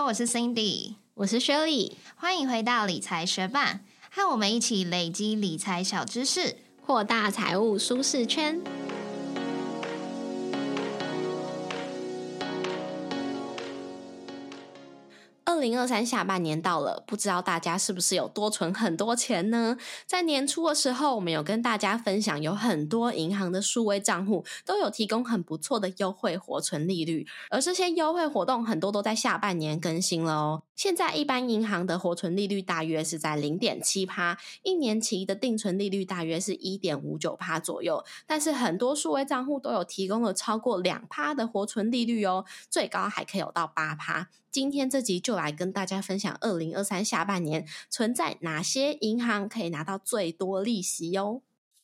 我是 Cindy， 我是 Shirley， 欢迎回到理财学霸，和我们一起累积理财小知识， 扩大财务舒适圈。2023下半年到了，不知道大家是不是有多存很多钱呢？在年初的时候，我们有跟大家分享，有很多银行的数位账户都有提供很不错的优惠活存利率，而这些优惠活动很多都在下半年更新了哦。现在一般银行的活存利率大约是在 0.7%， 一年期的定存利率大约是 1.59% 左右，但是很多数位账户都有提供了超过 2% 的活存利率哦，最高还可以有到 8%。今天这集就来跟大家分享2023下半年存在哪些银行可以拿到最多利息哦。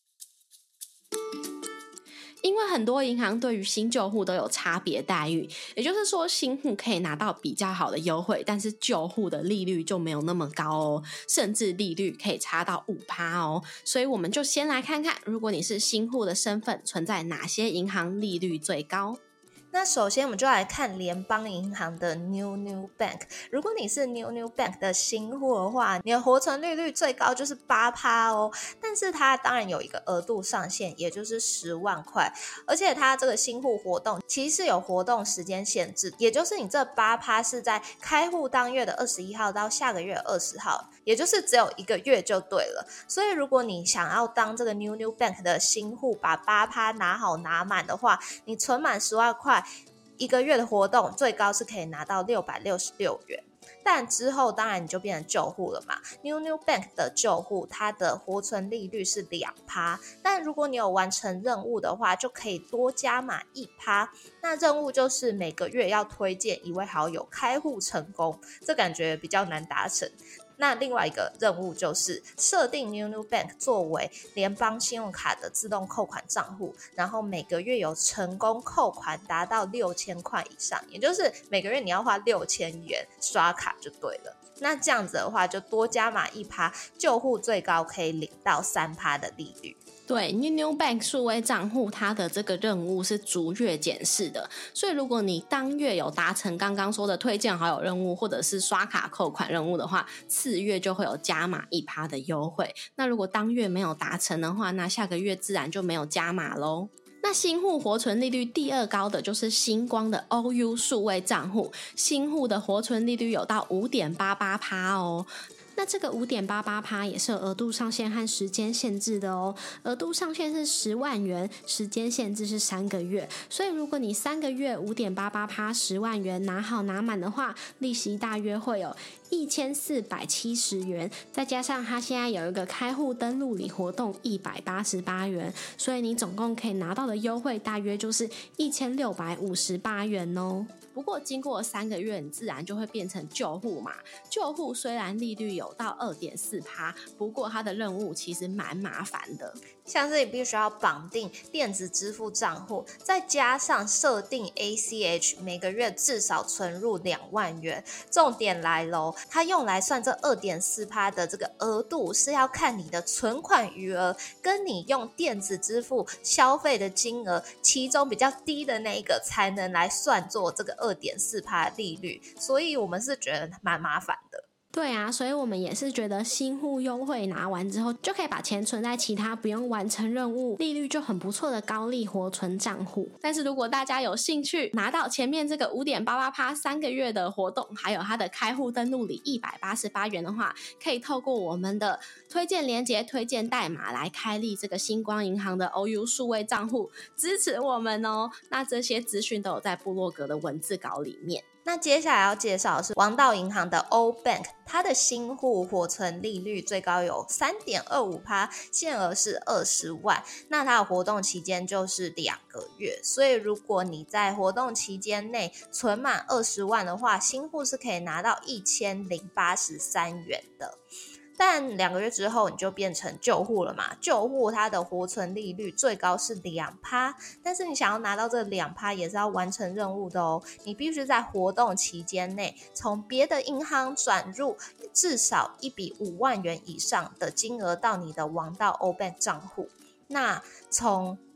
因为很多银行对于新旧户都有差别待遇，也就是说新户可以拿到比较好的优惠，但是旧户的利率就没有那么高哦，甚至利率可以差到 5% 哦。所以我们就先来看看，如果你是新户的身份，存在哪些银行利率最高。 那首先我们就来看联邦银行的 New Bank。 如果你是 New Bank 的新户的话，你的活存利率最高就是 8% 哦，但是它当然有一个额度上限，也就是10万块，而且它这个新户活动其实是有活动时间限制，也就是你这 8% 是在开户当月的21号到下个月20号，也就是只有1个月就对了。所以如果你想要当这个 New Bank 的新户，把 8% 拿好拿满的话，你存满10万块1个月的活动最高是可以拿到666元，但之后当然你就变成旧户了嘛。New Bank 的旧户它的活存利率是 2%， 但如果你有完成任务的话就可以多加码 1%。 那任务就是每个月要推荐1位好友开户成功，这感觉比较难达成。那另外一个任务就是设定 New Bank 作为联邦信用卡的自动扣款账户，然后每个月有成功扣款达到6000块以上，也就是每个月你要花6000元刷卡就对了。那这样子的话就多加码 1%， 旧户最高可以领到 3% 的利率。 对， New Bank 数位账户它的这个任务是逐月检视的，所以如果你当月有达成刚刚说的推荐好友任务或者是刷卡扣款任务的话，次月就会有加码 1% 的优惠。那如果当月没有达成的话，那下个月自然就没有加码咯。那新户活存利率第二高的就是星光的 OU 数位账户，新户的活存利率有到 5.88% 哦。那这个 5.88% 也是有额度上限和时间限制的哦，额度上限是10万元，时间限制是3个月，所以如果你3个月 5.88% 10万元拿好拿满的话，利息大约会有1470元，再加上它现在有一个开户登录礼活动188元，所以你总共可以拿到的优惠大约就是1658元哦。不过经过3个月，你自然就会变成旧户嘛。旧户虽然利率有到 2.4%， 不过它的任务其实蛮麻烦的， 像是你必须要绑定电子支付账户，再加上设定 ACH 每个月至少存入2万元。重点来咯，它用来算这 2.4% 的这个额度是要看你的存款余额跟你用电子支付消费的金额其中比较低的那一个才能来算作这个 2.4% 利率，所以我们是觉得蛮麻烦的。 对啊，所以我们也是觉得新户优惠拿完之后，就可以把钱存在其他不用完成任务、利率就很不错的高利活存账户。但是如果大家有兴趣拿到前面这个 5.88% 3个月的活动，还有它的开户登录礼188元的话，可以透过我们的推荐连结、推荐代码来开立这个星光银行的 OU 数位账户，支持我们哦。那这些资讯都有在部落格的文字稿里面。 那接下来要介绍的是王道银行的 O Bank， 它的新户活存利率最高有 3.25%， 限额是20万，那它的活动期间就是2个月，所以如果你在活动期间内存满20万的话，新户是可以拿到1083元的。但2个月之后你就变成旧户了嘛，旧户它的活存利率最高是 2%， 但是你想要拿到这 2% 也是要完成任务的哦，你必须在活动期间内从别的银行转入至少一笔5万元以上的金额到你的王道 O Bank 账户。那从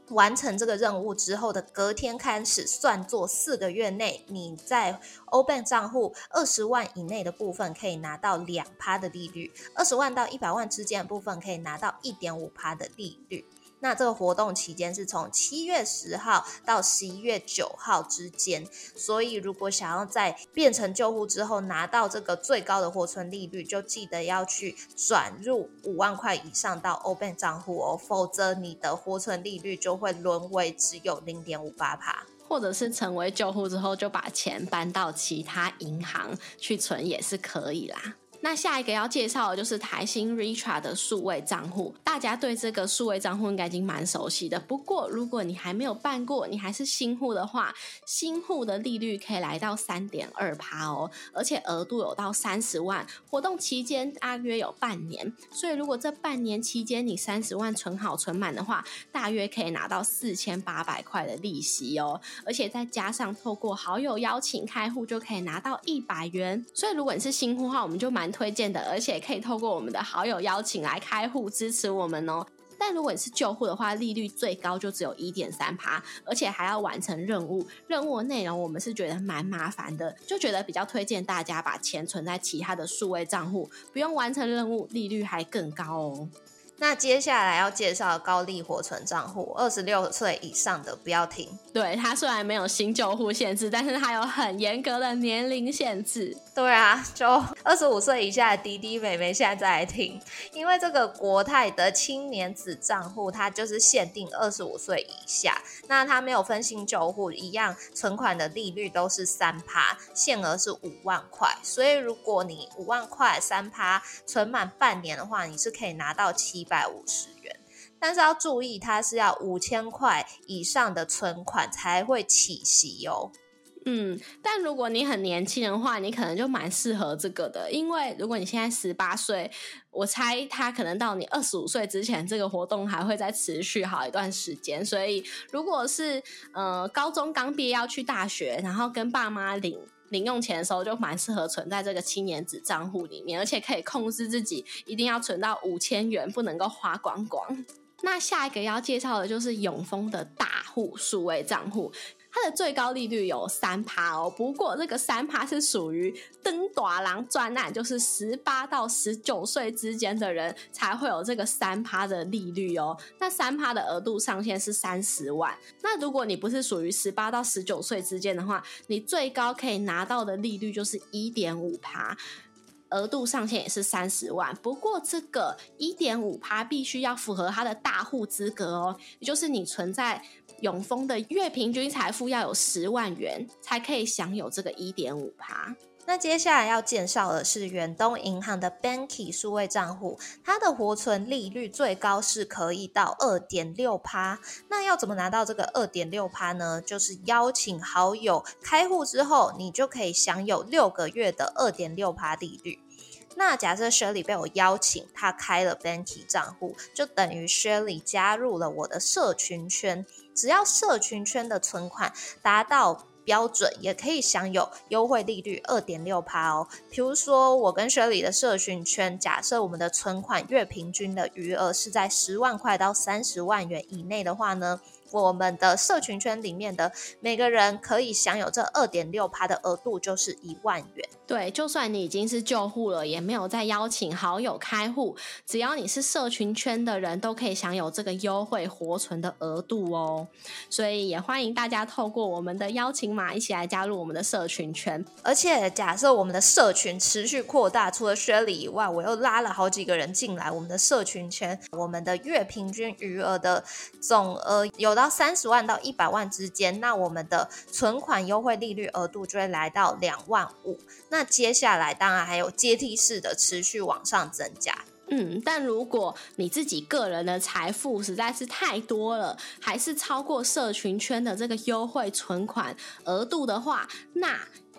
完成这个任务之后的隔天开始算作4个月内，你在 Obank 账户20万以内的部分可以拿到 2% 的利率，20万到100万之间的部分可以拿到 1.5% 的利率。那这个活动期间是从7月10号到11月9号之间，所以如果想要在变成旧户之后拿到这个最高的活存利率，就记得要去转入5万块以上到 Obank 账户哦，否则你的活存利率就会沦为只有 0.58%。 或者是成为旧户之后就把钱搬到其他银行去存也是可以啦。那下一个要介绍的就是台新 Richart 的数位账户，大家对这个数位账户应该已经蛮熟悉的。不过如果你还没有办过，你还是新户的话，新户的利率可以来到 3.2% 哦，而且额度有到30万，活动期间大约有半年，所以如果这半年期间你30万存好存满的话，大约可以拿到4800块的利息哦，而且再加上透过好友邀请开户就可以拿到100元，所以如果你是新户的话，我们就蛮推荐的，而且可以透过我们的好友邀请来开户支持我们哦。但如果你是旧户的话，利率最高就只有 1.3%， 而且还要完成任务的内容我们是觉得蛮麻烦的，就觉得比较推荐大家把钱存在其他的数位账户，不用完成任务，利率还更高哦。 那接下来要介绍的高利活存账户，26岁以上的不要停。 对，它虽然没有新旧户限制，但是它有很严格的年龄限制。 对啊，就25岁以下的弟弟妹妹现在再来听，因为这个国泰的青年子账户它就是限定25岁以下，那它没有分新旧户，一样存款的利率都是 3%， 限额是5万块，所以如果你5万块 3% 存满半年的话，你是可以拿到750元，但是要注意它是要5000块以上的存款才会起息哦。 但如果你很年轻的话，你可能就蛮适合这个的，因为如果你现在18岁，我猜他可能到你25岁之前，这个活动还会再持续好一段时间，所以如果是高中刚毕业要去大学，然后跟爸妈领用钱的时候，就蛮适合存在这个青年子账户里面，而且可以控制自己一定要存到5000元，不能够花光光。那下一个要介绍的就是永丰的大户数位账户，它的最高利率有 3% 哦，不过这个 3% 是属于登大人专案，就是18到19岁之间的人才会有这个 3% 的利率哦。那 3% 的额度上限是30万，那如果你不是属于18到19岁之间的话，你最高可以拿到的利率就是 1.5%，额度上限也是30万，不过这个 1.5% 必须要符合它的大户资格哦，也就是你存在永丰的月平均财富要有10万元，才可以享有这个 1.5%。 那接下来要介绍的是远东银行的 Banky 数位账户，它的活存利率最高是可以到 2.6%。那要怎么拿到这个 2.6% 呢？就是邀请好友开户之后，你就可以享有6个月的 2.6% 利率。那假设 Shirley 被我邀请，他开了 Banky 账户，就等于 Shirley 加入了我的社群圈，只要社群圈的存款达到标准，也可以享有优惠利率 2.6% 哦。比如说我跟 Shirley 的社群圈，假设我们的存款月平均的余额是在10万块到30万元以内的话呢，我们的社群圈里面的每个人可以享有这 2.6% 的额度就是1万元。 对，就算你已经是旧户了，也没有再邀请好友开户，只要你是社群圈的人，都可以享有这个优惠活存的额度哦。所以也欢迎大家透过我们的邀请码一起来加入我们的社群圈。 而且假设我们的社群持续扩大，除了 Shirley 以外，我又拉了好几个人进来我们的社群圈，我们的月平均余额的总额有到30万到100万之间，那我们的存款优惠利率额度就会来到2万5。那接下来当然还有阶梯式的持续往上增加。 但如果你自己个人的财富实在是太多了，还是超过社群圈的这个优惠存款额度的话，那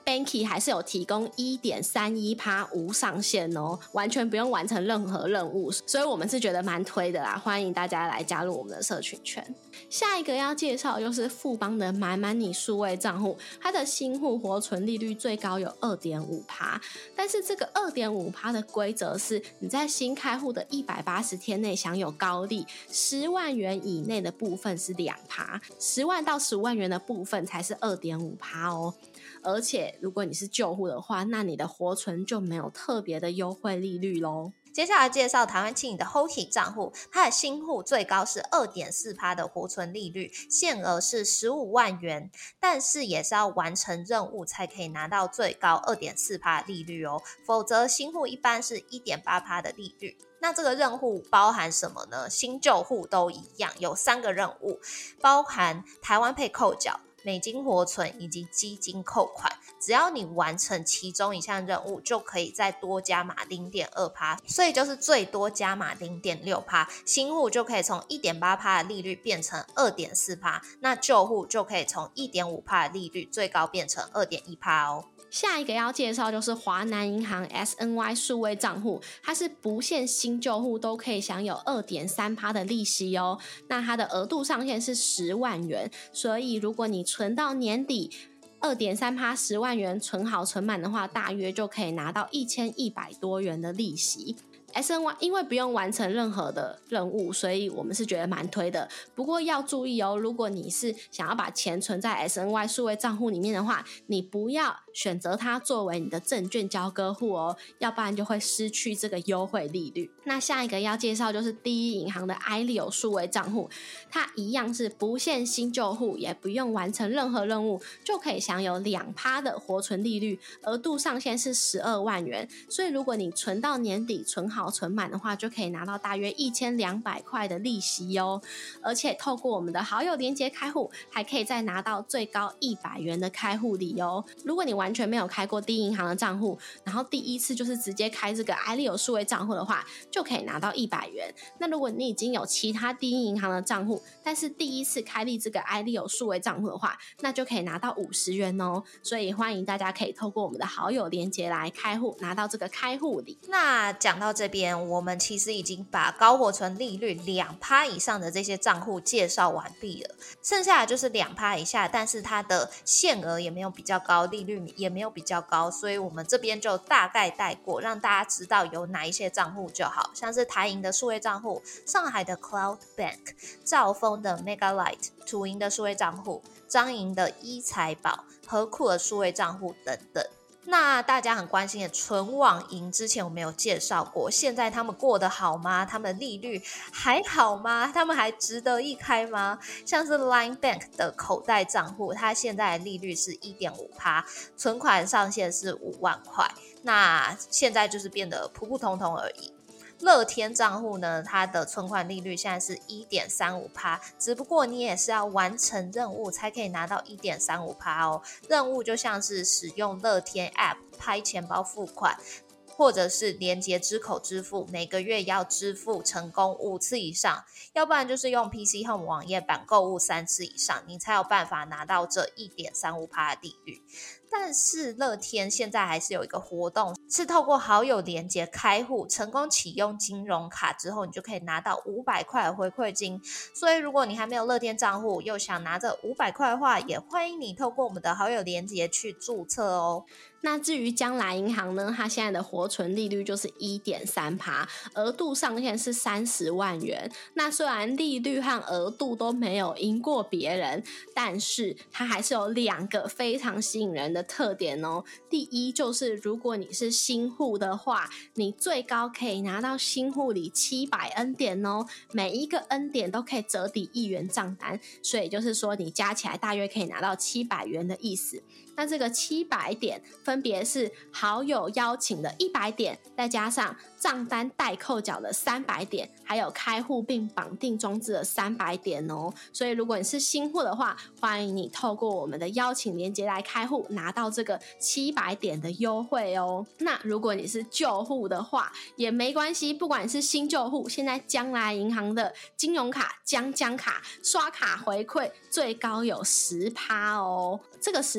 Banky 还是有提供 1.31% 无上限哦，完全不用完成任何任务，所以我们是觉得蛮推的啦，欢迎大家来加入我们的社群圈。下一个要介绍就是富邦的买满你数位账户，它的新户活存利率最高有 2.5%， 但是这个 2.5% 的规则是你在新开户的180天内享有高利，10万元以内的部分是 2%，10万到15万元的部分才是 2.5% 哦。而且如果你是旧户的话，那你的活存就没有特别的优惠利率咯。 接下来介绍台湾青银的 Hoki 账户，它的新户最高是 2.4% 的活存利率，限额是15万元，但是也是要完成任务才可以拿到最高 2.4% 的利率哦，否则新户一般是 1.8% 的利率。那这个任务包含什么呢？新旧户都一样，有3个任务，包含台湾配扣缴、美金活存以及基金扣款，只要你完成其中一项任务，就可以再多加码 0.2%， 所以就是最多加码 0.6%， 新户就可以从 1.8% 的利率变成 2.4%， 那旧户就可以从 1.5% 的利率最高变成 2.1% 哦。 下一个要介绍就是华南银行 SNY 数位账户，它是不限新旧户都可以享有 2.3% 的利息哦。那它的额度上限是10万元，所以如果你存到年底2.3% 10万元存好存满的话，大约就可以拿到1100多元的利息。SNY 因为不用完成任何的任务，所以我们是觉得蛮推的。不过要注意哦，如果你是想要把钱存在 SNY 数位账户里面的话，你不要选择它作为你的证券交割户哦，要不然就会失去这个优惠利率。那下一个要介绍就是第一银行的 iLeo 数位账户，它一样是不限新旧户，也不用完成任何任务，就可以享有 2% 的活存利率，额度上限是12万元。所以如果你存到年底存好存满的话，就可以拿到大约1200块的利息哦。而且透过我们的好友连结开户，还可以再拿到最高100元的开户礼哦。如果你完全没有开过第一银行的账户，然后第一次就是直接开这个 iLeo 数位账户的话，就可以拿到100元。那如果你已经有其他第一银行的账户，但是第一次开立这个 iLeo 数位账户的话，那就可以拿到50元哦。所以欢迎大家可以透过我们的好友连结来开户，拿到这个开户礼。 那讲到这边，我们其实已经把高活存利率 2% 以上的这些账户介绍完毕了，剩下的就是 2% 以下，但是它的限额也没有比较高，利率也没有比较高，所以我们这边就大概带过，让大家知道有哪一些账户就好，像是台银的数位账户、上海的 Cloud Bank、兆丰的 Megalight、土银的数位账户、彰银的一财宝、和库的数位账户等等。那大家很关心的纯网银，之前我们有介绍过，现在他们过得好吗？他们的利率还好吗？他们还值得一开吗？像是 Line Bank 的口袋账户，它现在的利率是 1.5%， 存款上限是5万块，那现在就是变得普普通通而已。乐天账户呢，它的存款利率现在是 1.35%， 只不过你也是要完成任务才可以拿到 1.35% 哦。任务就像是使用乐天 App 拍钱包付款，或者是连结支口支付，每个月要支付成功5次以上，要不然就是用 PC Home 网页版购物3次以上，你才有办法拿到这 1.35% 的利率。但是乐天现在还是有一个活动，是透过好友连结开户，成功启用金融卡之后，你就可以拿到500块的回馈金。所以如果你还没有乐天账户，又想拿着500块的话，也欢迎你透过我们的好友连结去注册哦。 那至于将来银行呢，它现在的活存利率就是 1.3%， 额度上限是30万元。那虽然利率和额度都没有赢过别人，但是它还是有2个非常吸引人的特点哦。第一就是如果你是新户的话，你最高可以拿到新户里700 N 点哦，每一个 N 点都可以折抵1元账单，所以就是说你加起来大约可以拿到700元的意思。那这个700点分别是好友邀请的100点，再加上账单代扣缴的300点，还有开户并绑定装置的300点哦。所以如果你是新户的话，欢迎你透过我们的邀请连结来开户，拿到这个700点的优惠哦。那如果你是旧户的话也没关系，不管你是新旧户，现在将来银行的金融卡、将卡刷卡回馈最高有 10% 哦。这个 10% 分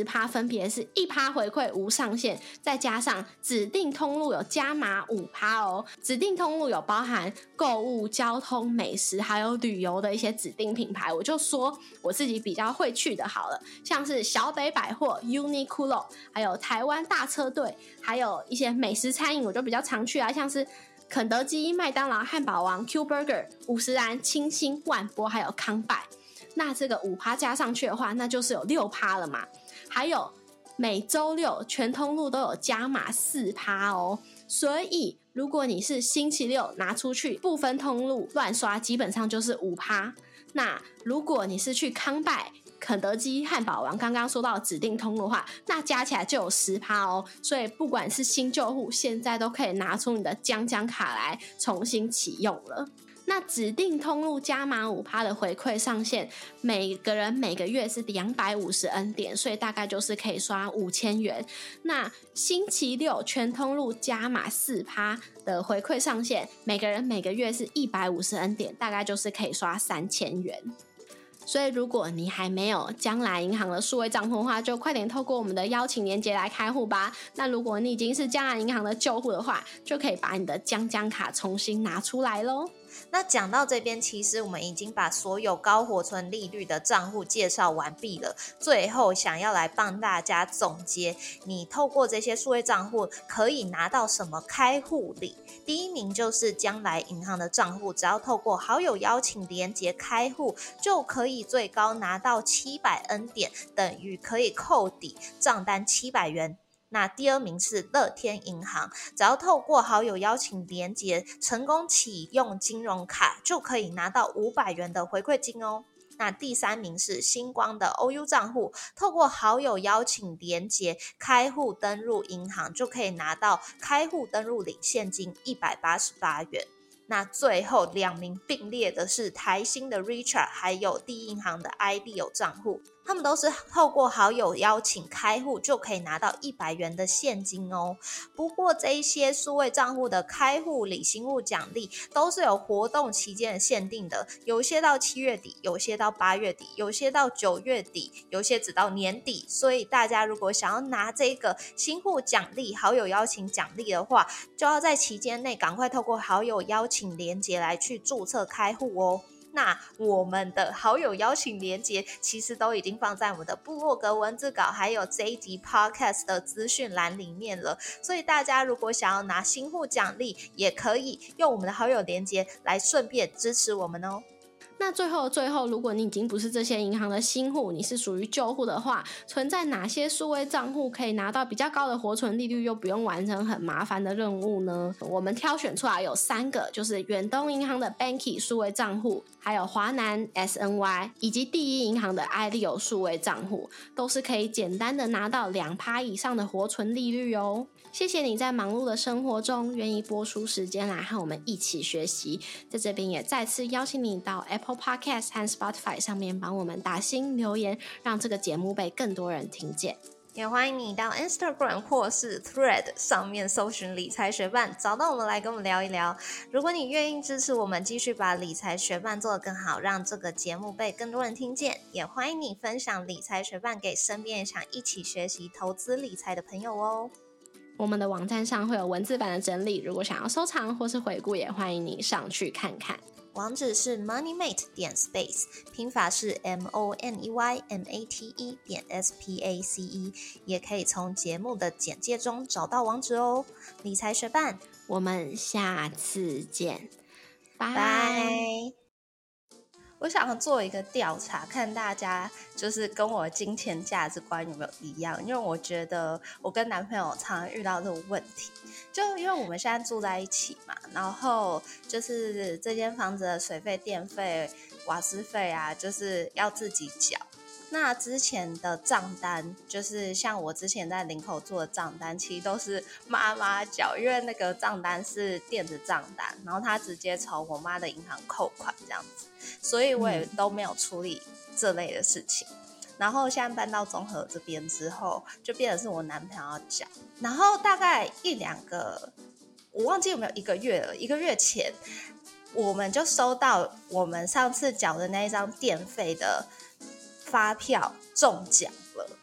别是 1% 回馈无上限，再加上指定通路有加码 5% 哦。指定通路有包含购物、交通、美食还有旅游的一些指定品牌，我就说我自己比较会去的好了，像是小北百货、Uniqlo， 还有台湾大车队，还有一些美食餐饮我就比较常去啊，像是肯德基、麦当劳、汉堡王、Q Burger、五十嵐、清新、万波还有康拜。那这个 5% 加上去的话，那就是有 6% 了嘛。还有每周六全通路都有加码 4% 哦，所以如果你是星期六拿出去不分通路乱刷，基本上就是 5%。 那如果你是去康拜、肯德基、汉堡王刚刚说到指定通路的话，那加起来就有 10% 哦。所以不管是新旧户，现在都可以拿出你的江江卡来重新启用了。那指定通路加码 5% 的回馈上限，每个人每个月是250 N 点，所以大概就是可以刷5000元。那星期六全通路加码 4% 的回馈上限，每个人每个月是150 N 点，大概就是可以刷3000元。所以如果你还没有将来银行的数位账户的话，就快点透过我们的邀请连结来开户吧。那如果你已经是将来银行的旧户的话，就可以把你的江江卡重新拿出来咯。 那讲到这边，其实我们已经把所有高活存利率的账户介绍完毕了。最后想要来帮大家总结，你透过这些数位账户可以拿到什么开户礼？第一名就是将来银行的账户，只要透过好友邀请连结开户，就可以最高拿到700 N 点，等于可以扣抵账单700元。那第二名是乐天银行，只要透过好友邀请连结成功启用金融卡，就可以拿到500元的回馈金哦。那第三名是星光的 OU 账户，透过好友邀请连结开户登入银行，就可以拿到开户登入领现金188元。那最后2名并列的是台新的 Richard 还有第一银行的 iDeal 账户，他们都是透过好友邀请开户就可以拿到100元的现金哦。不过这一些数位账户的开户礼、新户奖励都是有活动期间的限定的，有些到7月底，有些到8月底，有些到9月底，有些只到年底。所以大家如果想要拿这个新户奖励、好友邀请奖励的话，就要在期间内赶快透过好友邀请连结来去注册开户哦。那我们的好友邀请连结其实都已经放在我们的部落格文字稿还有这一集 podcast 的资讯栏里面了，所以大家如果想要拿新户奖励，也可以用我们的好友连结来顺便支持我们哦。 那最后，如果你已经不是这些银行的新户，你是属于旧户的话，存在哪些数位账户可以拿到比较高的活存利率，又不用完成很麻烦的任务呢？我们挑选出来有3个，就是远东银行的 Banky 数位账户，还有华南 SNY 以及第一银行的 iDeal 数位账户，都是可以简单的拿到 2% 以上的活存利率哦。谢谢你在忙碌的生活中愿意播出时间来和我们一起学习，在这边也再次邀请你到 Apple Podcast 和 Spotify 上面帮我们打星留言，让这个节目被更多人听见。 也欢迎你到 Instagram 或是 Thread 上面搜寻理财学伴，找到我们来跟我们聊一聊。如果你愿意支持我们继续把理财学伴做得更好，让这个节目被更多人听见，也欢迎你分享理财学伴给身边也想一起学习投资理财的朋友哦。 我们的网站上会有文字版的整理，如果想要收藏或是回顾，也欢迎你上去看看。 网址是 moneymate.space， 拼法是 moneymate.space， 也可以从节目的简介中找到网址哦。理财学伴， 我们下次见， 拜。我想要做一个调查，看大家就是跟我的金钱价值观有没有一样，因为我觉得我跟男朋友常常遇到这个问题，就因为我们现在住在一起嘛，然后就是这间房子的水费、电费、瓦斯费啊，就是要自己缴。那之前的账单，就是像我之前在林口做的账单，其实都是妈妈缴，因为那个账单是电子账单，然后他直接从我妈的银行扣款这样子，所以我也都没有处理这类的事情。然后现在搬到中和这边之后，就变成是我男朋友要缴，然后大概1-2个，我忘记有没有1个月了，1个月前我们就收到我们上次缴的那一张电费的发票中奖了，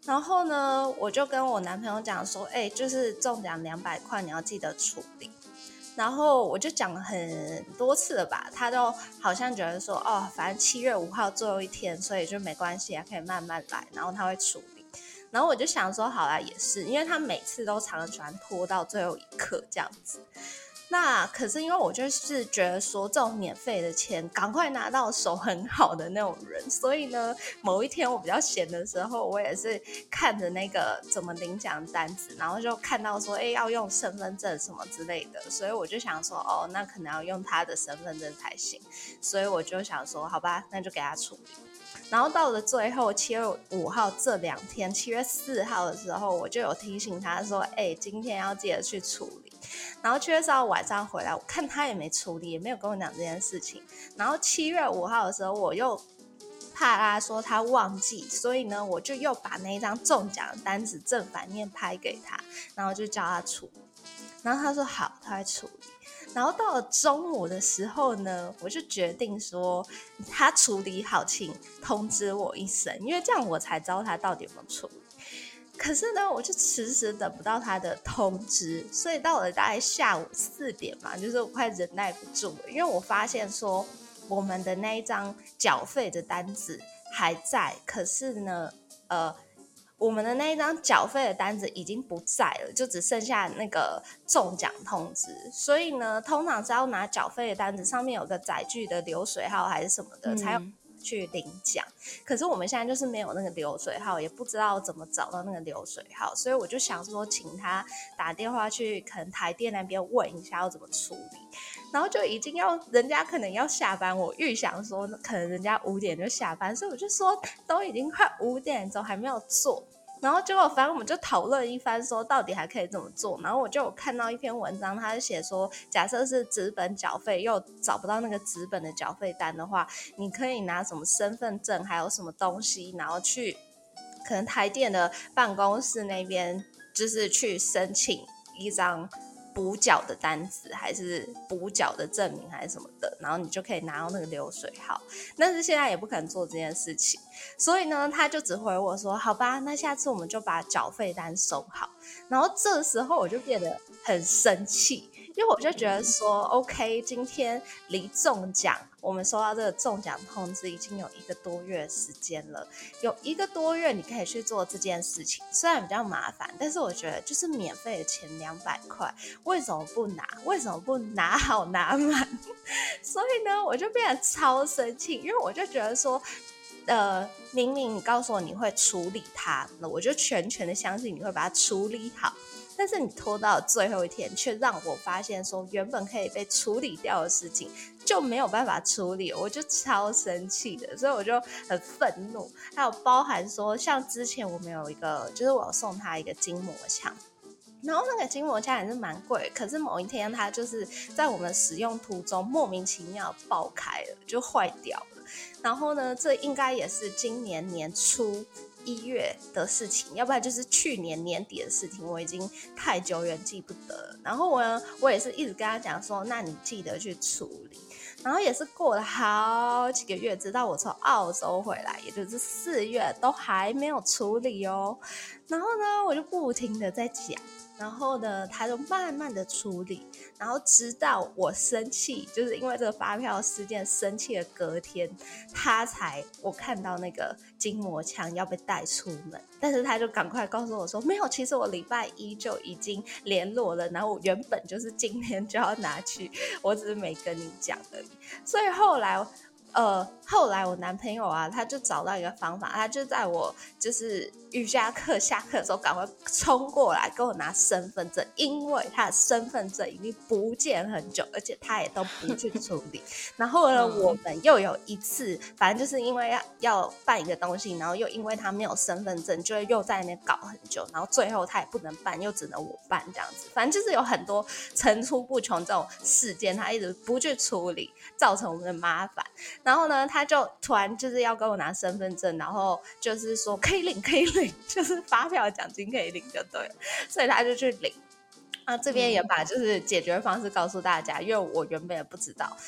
然后呢，我就跟我男朋友讲说，就是中奖200块，你要记得处理。然后我就讲了很多次了吧，他都好像觉得说，反正7月5号最后一天，所以就没关系啊，可以慢慢来，然后他会处理。然后我就想说，好啦，也是，因为他每次都常喜欢拖到最后一刻这样子。那可是因为我就是觉得说这种免费的钱赶快拿到手很好的那种人，所以呢某一天我比较闲的时候，我也是看着那个怎么领奖单子，然后就看到说要用身份证什么之类的，所以我就想说那可能要用他的身份证才行，所以我就想说好吧，那就给他处理。然后到了最后7月5号这2天7月4号的时候，我就有提醒他说今天要记得去处理。然后7月4号晚上回来，我看他也没处理，也没有跟我讲这件事情。然后7月5号的时候，我又怕他说他忘记，所以呢，我就又把那一张中奖的单子正反面拍给他，然后就叫他处理。然后他说好，他会处理。然后到了中午的时候呢，我就决定说他处理好请通知我一声，因为这样我才知道他到底有没有处理。可是呢，我就迟迟等不到他的通知，所以到了大概下午4点嘛，就是我快忍耐不住了，因为我发现说我们的那一张缴费的单子还在，可是呢，我们的那一张缴费的单子已经不在了，就只剩下那个中奖通知。所以呢，通常是要拿缴费的单子上面有个载具的流水号还是什么的，才有去领奖。可是我们现在就是没有那个流水号，也不知道怎么找到那个流水号，所以我就想说请他打电话去可能台电那边问一下要怎么处理。然后就已经人家可能要下班，我预想说可能人家5点就下班，所以我就说都已经快5点钟还没有做。然后结果反正我们就讨论一番说到底还可以怎么做。然后我就有看到一篇文章，他就写说假设是纸本缴费又找不到那个纸本的缴费单的话，你可以拿什么身份证还有什么东西，然后去可能台电的办公室那边就是去申请一张补缴的单子还是补缴的证明还是什么的，然后你就可以拿到那个流水号。但是现在也不可能做这件事情，所以呢他就只回我说好吧，那下次我们就把缴费单收好。然后这时候我就变得很生气，因为我就觉得说 OK， 今天离中奖，我们收到这个中奖通知已经有1个多月的时间了，有1个多月你可以去做这件事情，虽然比较麻烦，但是我觉得就是免费的钱200块，为什么不拿？为什么不拿好拿满？所以呢，我就变得超生气，因为我就觉得说明明你告诉我你会处理它，那我就全的相信你会把它处理好，但是你拖到最后一天，却让我发现说原本可以被处理掉的事情就没有办法处理，我就超生气的，所以我就很愤怒。还有包含说像之前我们有一个，就是我有送他一个筋膜枪，然后那个筋膜枪也是蛮贵，可是某一天它就是在我们使用途中莫名其妙爆开了，就坏掉了。然后呢，这应该也是今年年初1月的事情，要不然就是去年年底的事情，我已经太久远记不得了。然后我也是一直跟他讲说，那你记得去处理。然后也是过了好几个月，直到我从澳洲回来，也就是4月，都还没有处理哦。然后呢，我就不停的在讲。然后呢，他就慢慢的处理，然后直到我生气，就是因为这个发票事件生气的隔天，我看到那个筋膜枪要被带出门，但是他就赶快告诉我说，没有，其实我礼拜1就已经联络了，然后我原本就是今天就要拿去，我只是没跟你讲而已。所以后来我男朋友啊，他就找到一个方法，他就在我就是瑜伽课下课的时候赶快冲过来跟我拿身份证，因为他的身份证已经不见很久，而且他也都不去处理。然后呢，我们又有一次，反正就是因为要办一个东西，然后又因为他没有身份证，就又在那边搞很久，然后最后他也不能办，又只能我办这样子。反正就是有很多层出不穷这种事件，他一直不去处理，造成我们的麻烦。然后呢，他就突然就是要跟我拿身份证，然后就是说可以领，就是发票奖金可以领就对了，所以他就去领。这边也把就是解决方式告诉大家，因为我原本也不知道。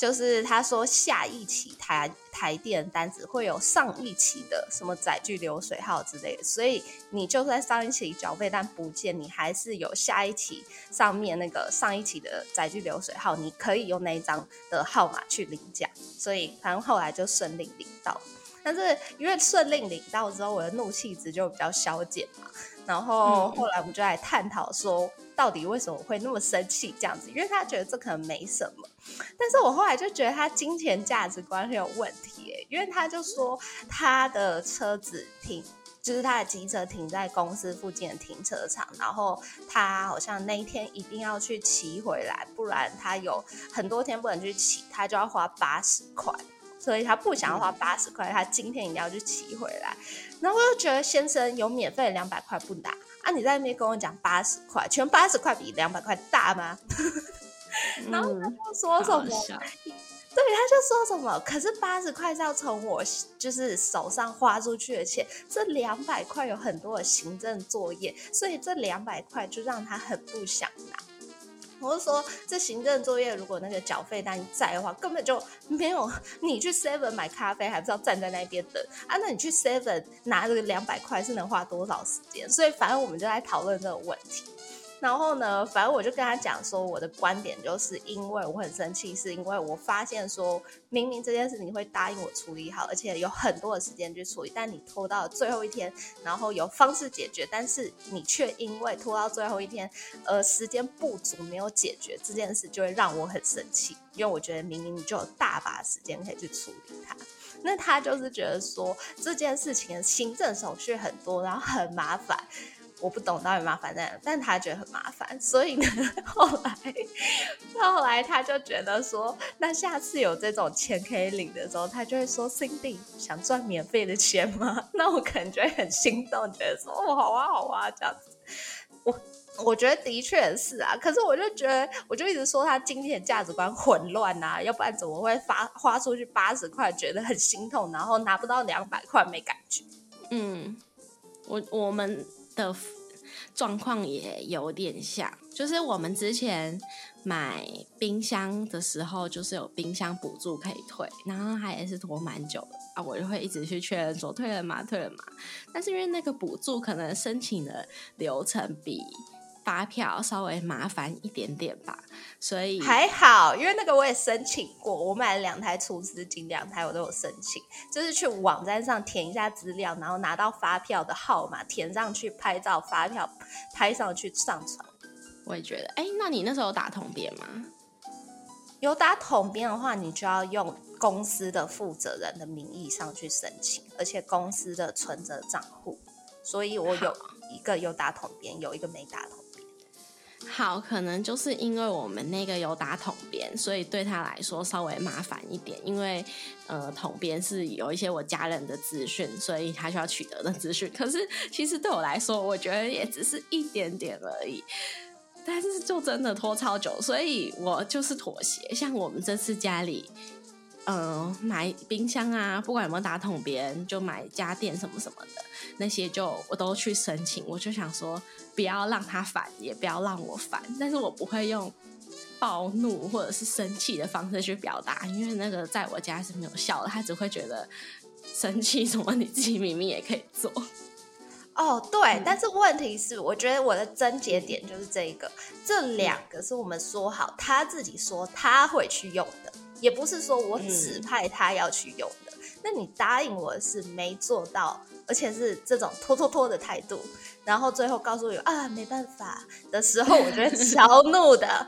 就是他说下一期台电单子会有上一期的什么载具流水号之类的，所以你就算上一期缴费单不见，你还是有下一期上面那个上一期的载具流水号，你可以用那一张的号码去领奖，所以反正后来就顺利领到。但是因为顺利领到之后，我的怒气值就比较消减嘛。然后后来我们就来探讨说，到底为什么我会那么生气这样子？因为他觉得这可能没什么，但是我后来就觉得他金钱价值观很有问题耶，因为他就说他的车子就是他的机车停在公司附近的停车场，然后他好像那一天一定要去骑回来，不然他有很多天不能去骑，他就要花80块。所以他不想要花80块，他今天一定要去骑回来。然后我就觉得先生有免费的200块不拿啊，你在那边跟我讲80块，全80块比200块大吗？然后他就说什么？对，他就说什么？可是80块是要从我就是手上花出去的钱，这200块有很多的行政作业，所以这200块就让他很不想拿。我是说，这行政作业如果那个缴费单在的话，根本就没有你去 Seven 买咖啡，还不是要站在那边等啊？那你去 Seven 拿这个200块是能花多少时间？所以反正我们就在讨论这个问题。然后呢，反正我就跟他讲说，我的观点就是因为我很生气，是因为我发现说，明明这件事情会答应我处理好，而且有很多的时间去处理，但你拖到了最后一天，然后有方式解决，但是你却因为拖到最后一天，时间不足没有解决这件事，就会让我很生气，因为我觉得明明你就有大把时间可以去处理它。那他就是觉得说这件事情的行政手续很多，然后很麻烦。我不懂到底麻烦在哪，但他觉得很麻烦，所以呢，后来他就觉得说，那下次有这种钱可以领的时候，他就会说 Cindy 想赚免费的钱吗？那我可能就会很心动，觉得说哦，好啊好啊这样子。我觉得的确是啊，可是我就觉得，我就一直说他金钱价值观混乱啊，要不然怎么会花出去80块，觉得很心痛，然后拿不到200块没感觉？ 我们的状况也有点像，就是我们之前买冰箱的时候，就是有冰箱补助可以退，然后它也是拖蛮久的啊，我就会一直去确认说退了吗？但是因为那个补助可能申请的流程比发票稍微麻烦一点点吧，所以还好，因为那个我也申请过，我买了2台除湿机，2台我都有申请，就是去网站上填一下资料，然后拿到发票的号码填上去，拍照发票拍上去上传。 我也觉得，那你那时候有打统编吗？ 有打统编的话，你就要用公司的负责人的名义上去申请，而且公司的存折账户，所以我有一个有打统编，有一个没打统编。 好，可能就是因为我们那个有打统编，所以对他来说稍微麻烦一点，因为统编是有一些我家人的资讯，所以他需要取得的资讯。可是其实对我来说，我觉得也只是一点点而已，但是就真的拖超久，所以我就是妥协。像我们这次家里买冰箱啊，不管有没有打统编，就买家电什么什么的那些，就我都去申请。我就想说不要让他烦，也不要让我烦，但是我不会用暴怒或者是生气的方式去表达，因为那个在我家是没有效的，他只会觉得生气什么你自己明明也可以做。 哦，对，但是问题是，我觉得我的症结点就是这两个是我们说好，他自己说他会去用的，也不是说我指派他要去用的。那你答应我的事没做到，而且是这种拖的态度，然后最后告诉我啊没办法的时候，我觉得超怒的。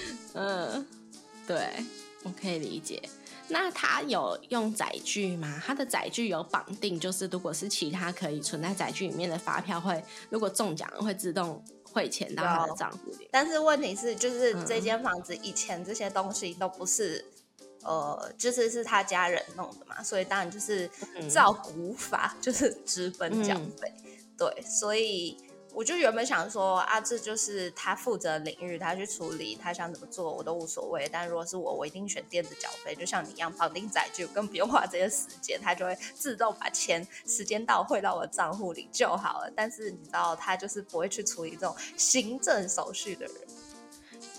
对，我可以理解。那他有用载具吗？他的载具有绑定，就是如果是其他可以存在载具里面的发票会，如果中奖了会自动汇钱到他的账户里。 但是问题是，就是这间房子以前这些东西都不是，就是他家人弄的嘛，所以当然就是照古法，就是直奔缴费。对，所以我就原本想说啊，这就是他负责领域，他去处理，他想怎么做我都无所谓。但如果是我一定选电子缴费，就像你一样绑定载具，我根本不用花这些时间，他就会自动把钱时间到汇到我的账户里就好了。但是你知道，他就是不会去处理这种行政手续的人。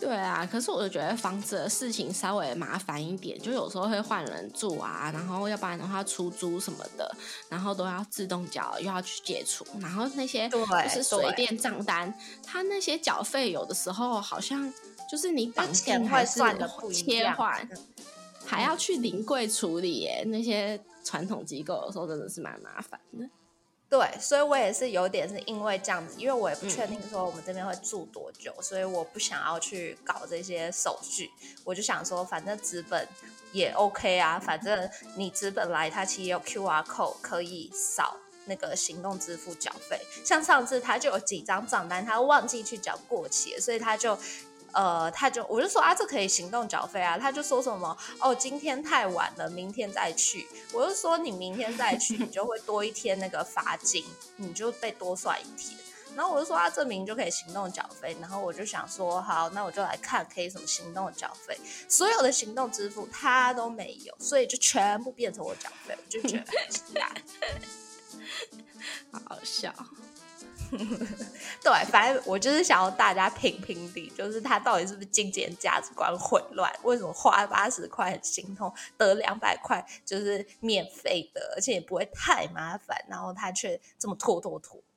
对啊，可是我就觉得房子的事情稍微麻烦一点，就有时候会换人住啊，然后要不然的话出租什么的，然后都要自动缴，又要去解除，然后那些就是水电账单，它那些缴费有的时候好像就是你绑定还是切换，还要去临柜处理耶，那些传统机构有时候真的是蛮麻烦的。 对，所以我也是有点是因为这样子，因为我也不确定说我们这边会住多久，所以我不想要去搞这些手续，我就想说反正纸本也 OK 啊，反正你纸本来它其实也有 QR code 可以扫那个行动支付缴费，像上次他就有几张账单他忘记去缴过期了，所以我就说啊，这可以行动缴费啊，他就说什么哦，今天太晚了，明天再去。我就说你明天再去，你就会多一天那个罚金，你就被多算一天。然后我就说这明就可以行动缴费，然后我就想说好，那我就来看可以什么行动缴费，所有的行动支付它都没有，所以就全部变成我缴费，我就觉得很奇怪， 好好笑。 对，反正我就是想要大家评评理，就是他到底是不是金钱价值观混乱？为什么花80块很心痛，得200块就是免费的，而且也不会太麻烦，然后他却这么拖。